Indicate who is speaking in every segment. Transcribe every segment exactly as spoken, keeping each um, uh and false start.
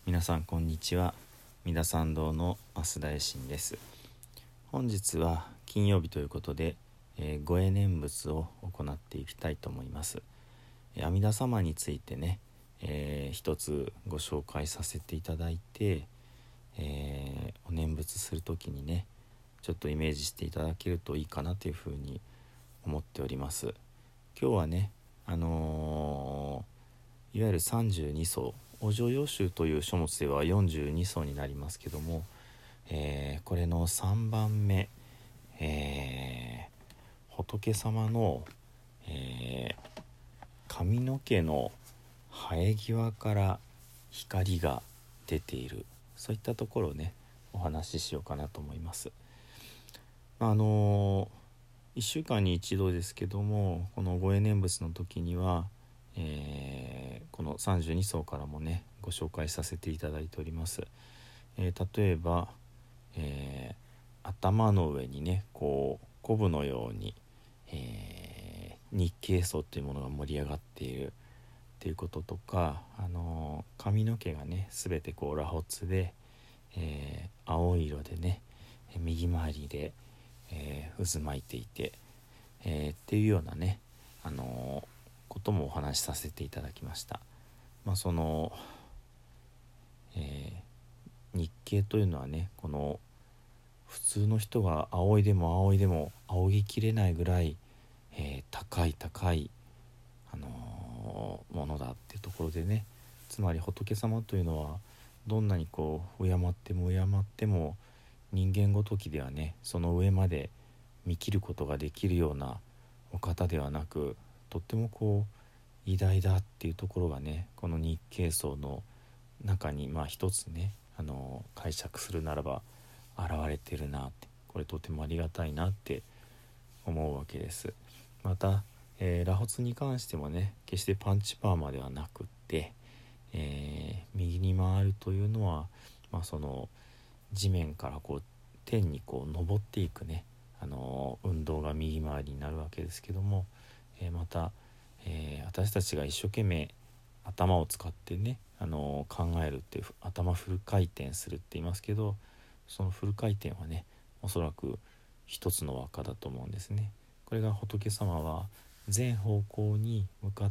Speaker 1: 皆さんこんにちは。三田参道の増田衛進です。本日は金曜日ということで、えー、ご会念仏を行っていきたいと思います。えー、阿弥陀様についてね、えー、一つご紹介させていただいて、えー、お念仏するときにねちょっとイメージしていただけるといいかなというふうに思っております。今日はねあのー、いわゆるさんじゅうに層、お浄土宗という書物ではよんじゅうに層になりますけども、えー、これのさんばんめ、えー、仏様の、えー、髪の毛の生え際から光が出ている、そういったところをねお話ししようかなと思います。あのー、いっしゅうかんに一度ですけども、このご会念仏の時には、えー、このさんじゅうに層からもねご紹介させていただいております。えー、例えば、えー、頭の上にねこうコブのように、えー、日経層というものが盛り上がっているっていうこととか、あのー、髪の毛がね全てこう螺髪で、えー、青い色でね右回りで、えー、渦巻いていて、えー、っていうようなね、あのー、こともお話しさせていただきました。まあその、えー、日経というのはねこの普通の人が仰いでも仰いでも仰ぎきれないぐらい、えー、高い高い、あのー、ものだっていうところでね、つまり仏様というのはどんなにこう敬っても敬っても人間ごときではねその上まで見切ることができるようなお方ではなく、とってもこう偉大だっていうところがねこの日経層の中にまあ一つね、あのー、解釈するならば現れてるなって、これとてもありがたいなって思うわけです。また、えー、螺髪に関してもね決してパンチパーマではなくって、えー、右に回るというのは、まあ、その地面からこう天にこう登っていくね、あのー、運動が右回りになるわけですけども、えー、また、えー、私たちが一生懸命頭を使ってね、あのー、考えるって頭フル回転するって言いますけど、そのフル回転はねおそらく一つの輪っかだと思うんですね。これが仏様は全方向に向かって、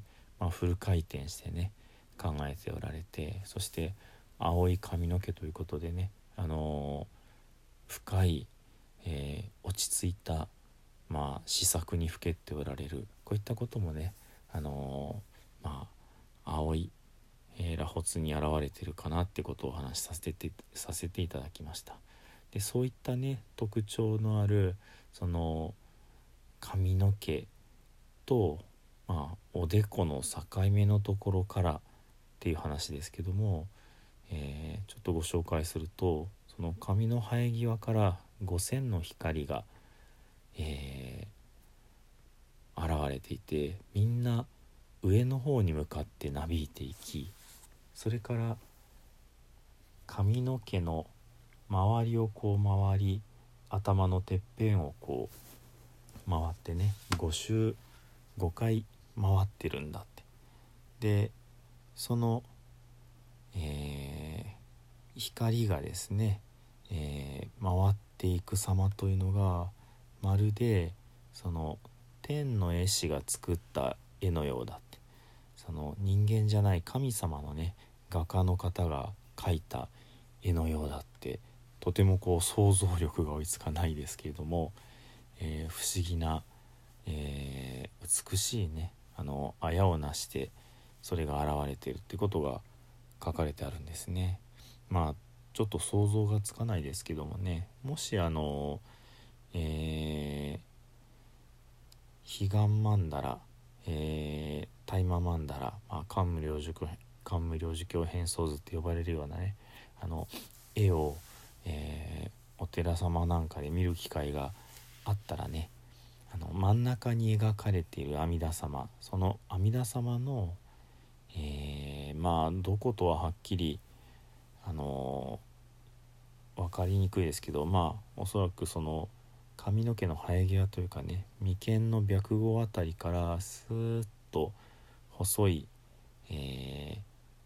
Speaker 1: まあ、フル回転してね考えておられて、そして青い髪の毛ということでね、あのー、深い、えー、落ち着いた、まあ、思索にふけっておられる、こういったこともね、あのー、まあ青いえー、螺髪に現れているかなってことをお話しさせてさせていただきました。でそういったね特徴のあるその髪の毛と、まあ、おでこの境目のところからっていう話ですけども、えー、ちょっとご紹介すると、その髪の生え際から五線の光が、えー、現れていて、みんな上の方に向かってなびいていき、それから髪の毛の周りをこう回り、頭のてっぺんをこう回ってねご周ごかい回ってるんだって。でその、えー、光がですね、えー、回っていく様というのがまるでその天の絵師が作った絵のようだって。その人間じゃない神様のね画家の方が描いた絵のようだって、とてもこう想像力が追いつかないですけれども、えー、不思議な、えー、美しいねあの綾をなしてそれが現れているってことが書かれてあるんですね。まあちょっと想像がつかないですけどもね、もしあの、えー、彼岸曼荼羅、えー、大麻曼荼羅、まあ、桓武領事桓武領事経変装図って呼ばれるようなねあの絵を、えー、お寺様なんかで見る機会があったらね、あの真ん中に描かれている阿弥陀様、その阿弥陀様の、えー、まあどことははっきりあのー、分かりにくいですけど、まあおそらくその髪の毛の生え際というかね、眉間の白毫あたりからスーッと細い、えー、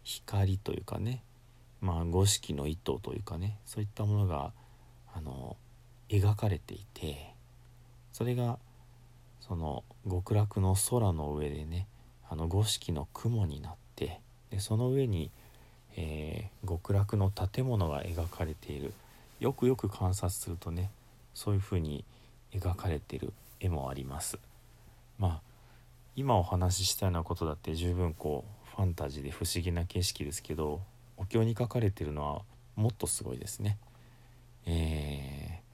Speaker 1: 光というかね、まあ五色の糸というかね、そういったものがあの描かれていて、それがその極楽の空の上でね、あの五色の雲になって、でその上に、えー極楽の建物が描かれている。よくよく観察するとね、そういうふうに描かれている絵もあります。まあ今お話ししたようなことだって十分こうファンタジーで不思議な景色ですけど、お経に書かれているのはもっとすごいですね。えー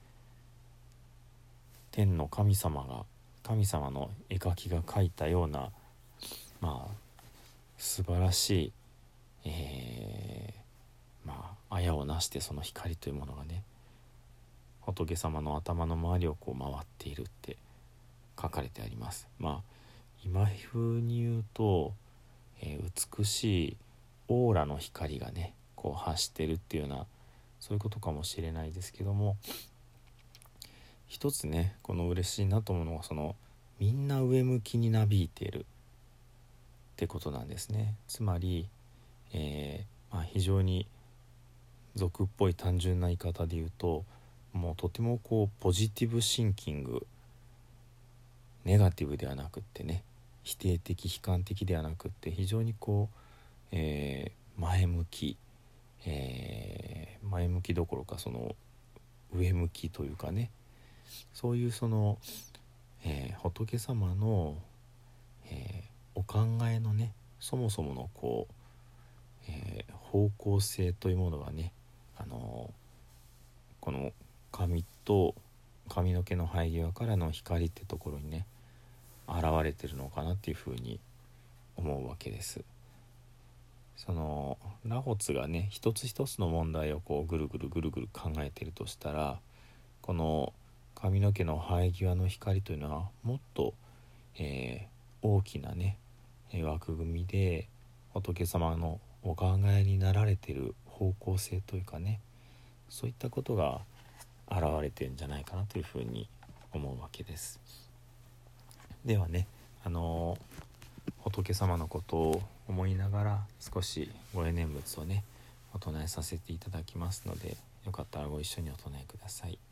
Speaker 1: 天の神様が神様の絵描きが描いたような、まあ素晴らしい、えー、まあ綾をなしてその光というものがね、仏様の頭の周りをこう回っているって書かれてあります。まあ今風に言うと、えー美しいオーラの光がねこう発してるっていうような、そういうことかもしれないですけども、一つねこの嬉しいなと思うのは、そのみんな上向きになびいているってことなんですね。つまり、えーまあ、非常に俗っぽい単純な言い方で言うと、もうとてもこうポジティブシンキング、ネガティブではなくってね、否定的悲観的ではなくって、非常にこう、えー前向き、えー前向きどころかその上向きというかね、そういうその、えー仏様の、えーお考えのね、そもそものこう、えー方向性というものがね、あのーこの髪と髪の毛の生え際からの光ってところにね現れてるのかなっていうふうに思うわけです。そのラホツがね一つ一つの問題をこうぐるぐるぐるぐる考えてるとしたら、この髪の毛の生え際の光というのはもっと、えー大きなね枠組みで仏様のお考えになられている方向性というかね、そういったことが現れてるんじゃないかなというふうに思うわけです。ではね、あの仏様のことを思いながら少しご縁念仏をねお唱えさせていただきますので、よかったらご一緒にお唱えください。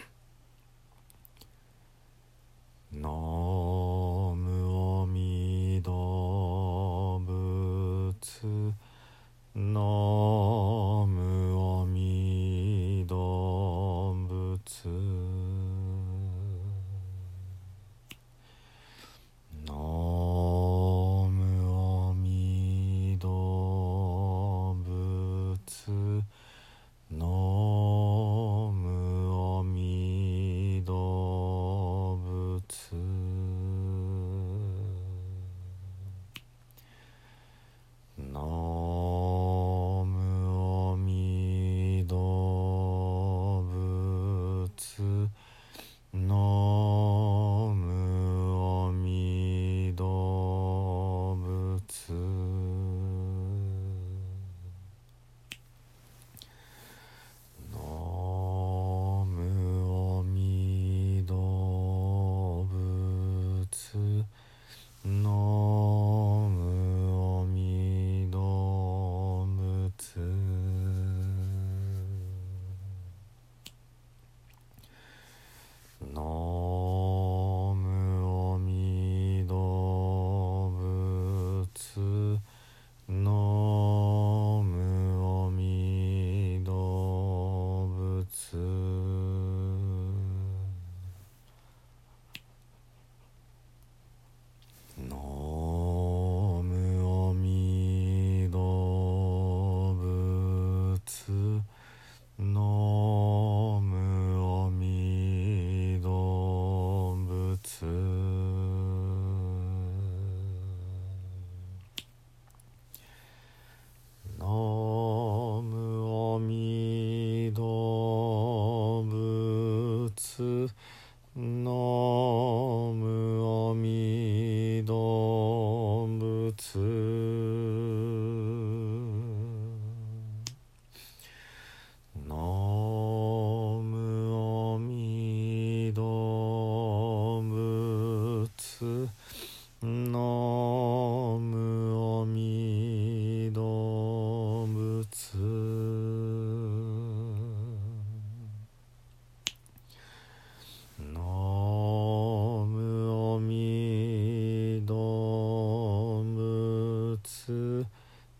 Speaker 1: ナムアミダ仏、ナムアミダ仏、ナムアミダ仏、ナムアミダ仏、ナム